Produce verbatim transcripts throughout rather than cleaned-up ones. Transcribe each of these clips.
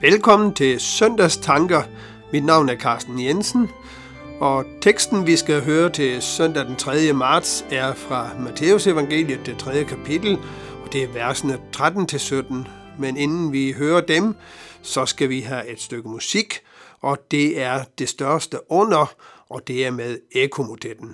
Velkommen til Søndagstanker. Mit navn er Carsten Jensen, og teksten, vi skal høre til søndag den tredje marts, er fra Matteus evangeliet, det tredje kapitel, og det er versene tretten til sytten. Men inden vi hører dem, så skal vi have et stykke musik, og det er Det største under, og det er med Ekomotetten.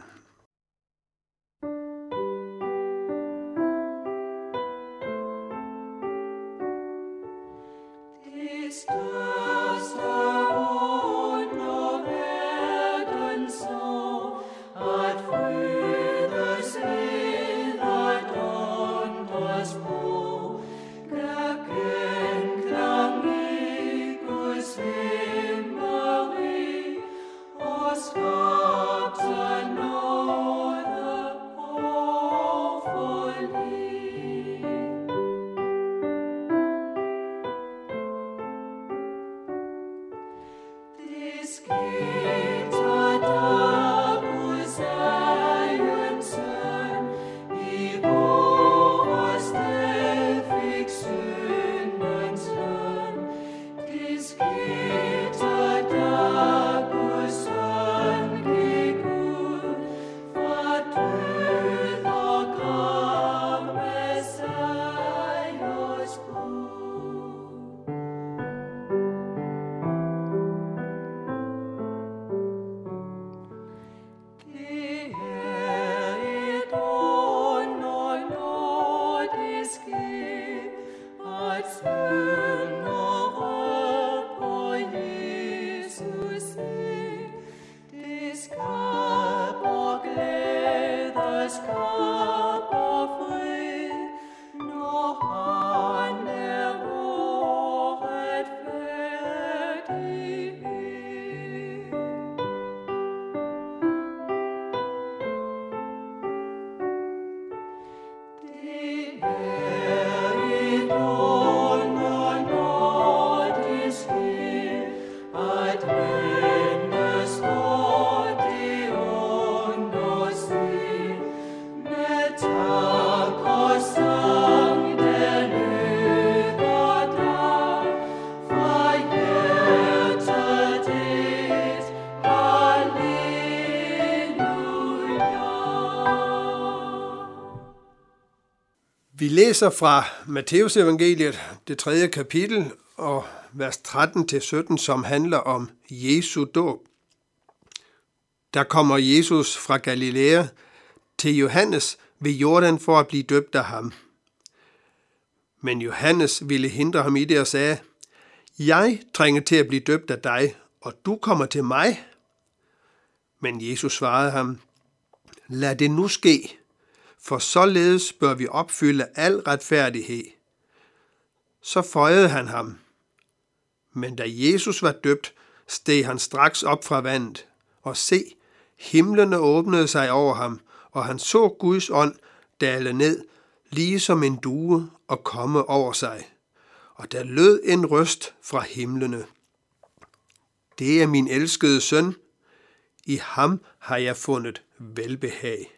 Vi læser fra Matteus evangeliet, det tredje kapitel, og vers tretten til sytten, som handler om Jesu dåb. Der kommer Jesus fra Galilea til Johannes ved Jordan for at blive døbt af ham. Men Johannes ville hindre ham i det og sagde, jeg trænger til at blive døbt af dig, og du kommer til mig. Men Jesus svarede ham, lad det nu ske. For således bør vi opfylde al retfærdighed. Så føjede han ham. Men da Jesus var døbt, steg han straks op fra vandet, og se, himlene åbnede sig over ham, og han så Guds ånd dale ned, lige som en due, og komme over sig. Og der lød en røst fra himlene. Det er min elskede søn, i ham har jeg fundet velbehag.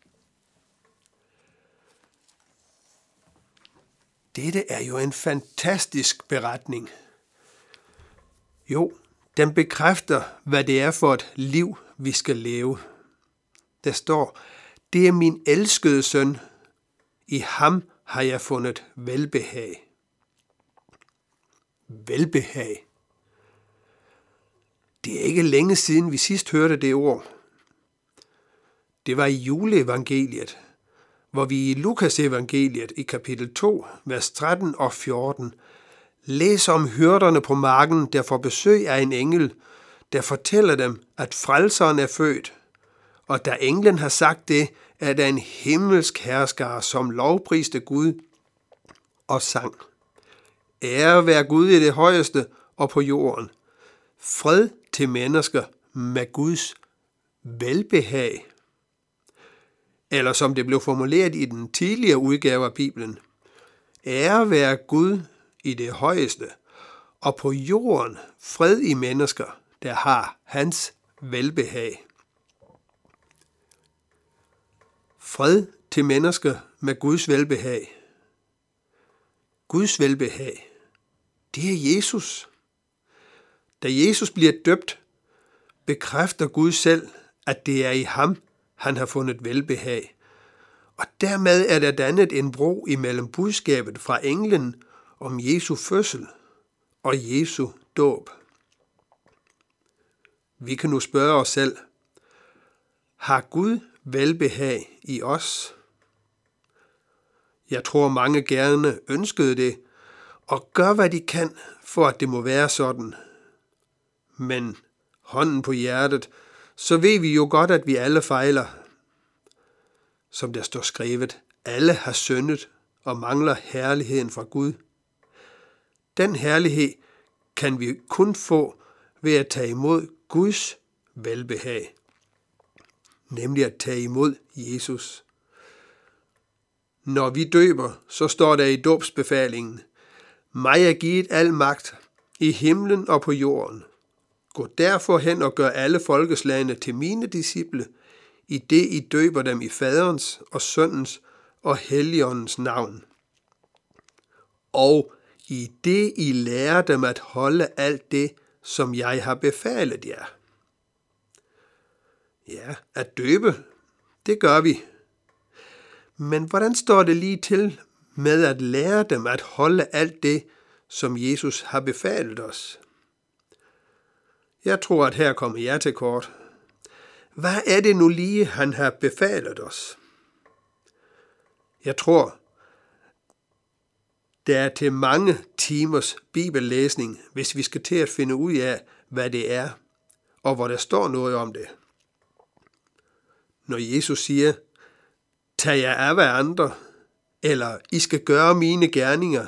Dette er jo en fantastisk beretning. Jo, den bekræfter, hvad det er for et liv, vi skal leve. Der står, det er min elskede søn, i ham har jeg fundet velbehag. Velbehag. Det er ikke længe siden, vi sidst hørte det ord. Det var i juleevangeliet, hvor vi i Lukas evangeliet i kapitel to, vers tretten og fjorten, læser om hyrderne på marken, der får besøg af en engel, der fortæller dem, at frelseren er født. Og da englen har sagt det, er der en himmelsk herskare, som lovpriste Gud og sang. Ære være Gud i det højeste og på jorden. Fred til mennesker med Guds velbehag. Eller som det blev formuleret i den tidligere udgave af Bibelen. Ære være Gud i det højeste, og på jorden fred i mennesker, der har hans velbehag. Fred til mennesker med Guds velbehag. Guds velbehag, det er Jesus. Da Jesus bliver døbt, bekræfter Gud selv, at det er i ham, han har fundet velbehag. Og dermed er der dannet en bro imellem budskabet fra englen om Jesu fødsel og Jesu dåb. Vi kan nu spørge os selv, har Gud velbehag i os? Jeg tror mange gerne ønskede det, og gør hvad de kan, for at det må være sådan. Men hånden på hjertet, så ved vi jo godt, at vi alle fejler. Som der står skrevet, alle har syndet og mangler herligheden fra Gud. Den herlighed kan vi kun få ved at tage imod Guds velbehag, nemlig at tage imod Jesus. Når vi døber, så står der i dåbsbefalingen, mig er givet al magt i himlen og på jorden. Gå derfor hen og gør alle folkeslagene til mine disciple, i det I døber dem i faderens og søndens og helligåndens navn. Og i det I lærer dem at holde alt det, som jeg har befalet jer. Ja, at døbe, det gør vi. Men hvordan står det lige til med at lære dem at holde alt det, som Jesus har befalet os? Jeg tror, at her kommer jeg til kort. Hvad er det nu lige, han har befalet os? Jeg tror, der er til mange timers bibellæsning, hvis vi skal til at finde ud af, hvad det er, og hvor der står noget om det. Når Jesus siger, tag jer af hverandre, eller I skal gøre mine gerninger,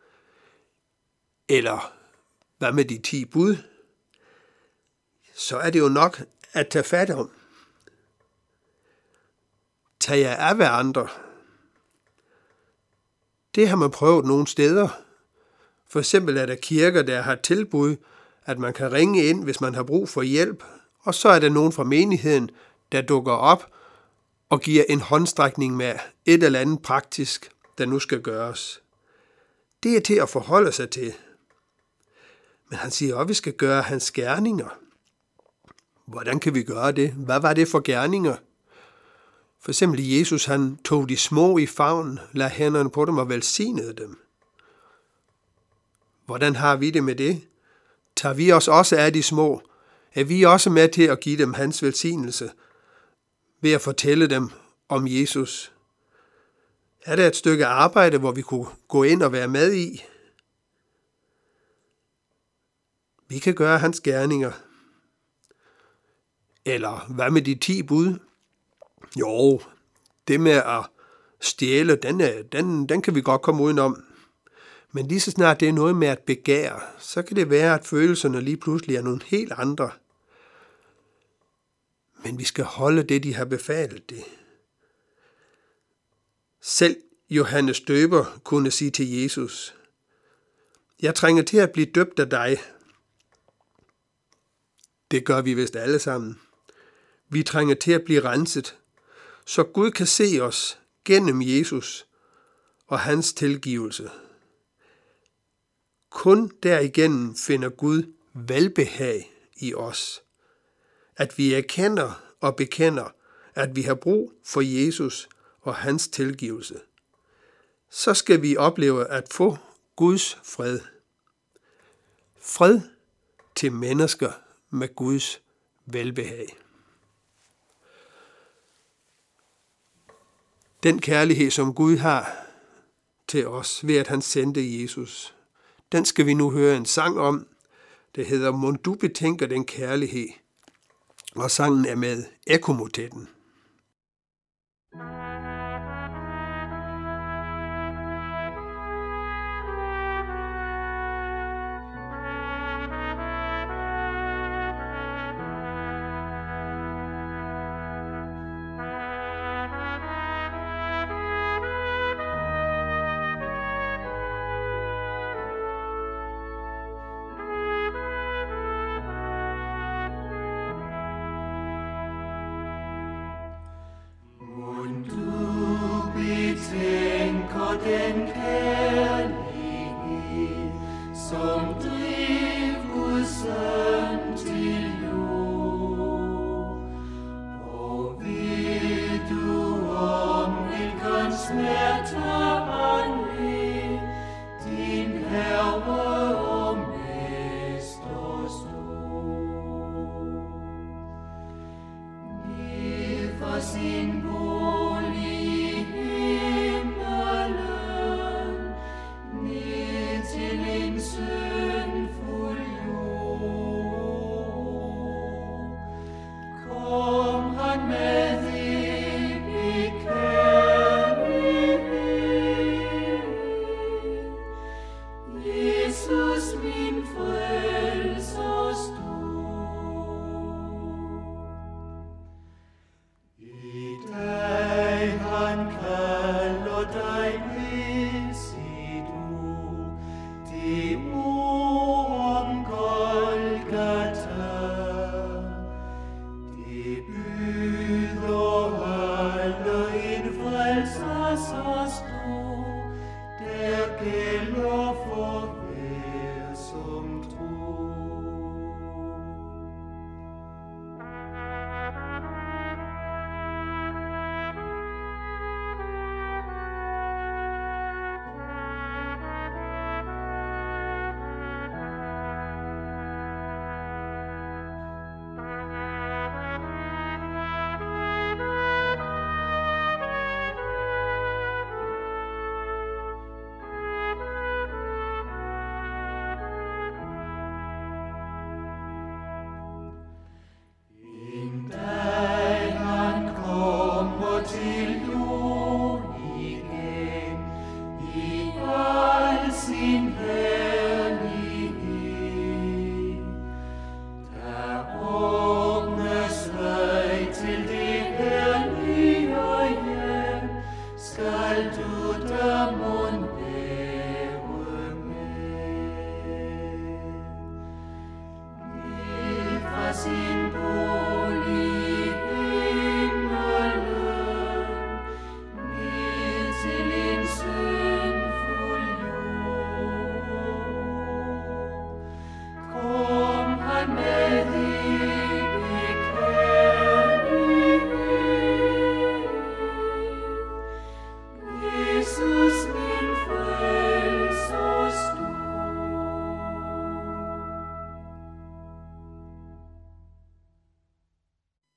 eller hvad med de ti bud, så er det jo nok at tage fat om. Tag jer af hverandre. Det har man prøvet nogle steder. For eksempel er der kirker, der har tilbud, at man kan ringe ind, hvis man har brug for hjælp, og så er der nogen fra menigheden, der dukker op og giver en håndstrækning med et eller andet praktisk, der nu skal gøres. Det er til at forholde sig til. Men han siger også, at vi skal gøre hans gerninger. Hvordan kan vi gøre det? Hvad var det for gerninger? For eksempel Jesus, han tog de små i favnen, lagde hænderne på dem og velsignede dem. Hvordan har vi det med det? Tager vi os også af de små? Er vi også med til at give dem hans velsignelse ved at fortælle dem om Jesus? Er der et stykke arbejde, hvor vi kunne gå ind og være med i? Vi kan gøre hans gerninger. Eller hvad med de ti bud? Jo, det med at stjæle, den, er, den, den kan vi godt komme udenom. Men lige så snart det er noget med at begære, så kan det være, at følelserne lige pludselig er nogle helt andre. Men vi skal holde det, de har befalet det. Selv Johannes Døber kunne sige til Jesus, jeg trænger til at blive døbt af dig. Det gør vi vist alle sammen. Vi trænger til at blive renset, så Gud kan se os gennem Jesus og hans tilgivelse. Kun derigennem finder Gud velbehag i os. At vi erkender og bekender, at vi har brug for Jesus og hans tilgivelse. Så skal vi opleve at få Guds fred. Fred til mennesker med Guds velbehag. Den kærlighed, som Gud har til os, ved at han sendte Jesus, den skal vi nu høre en sang om. Det hedder, Mon du betænker den kærlighed, og sangen er med Ekkomotetten.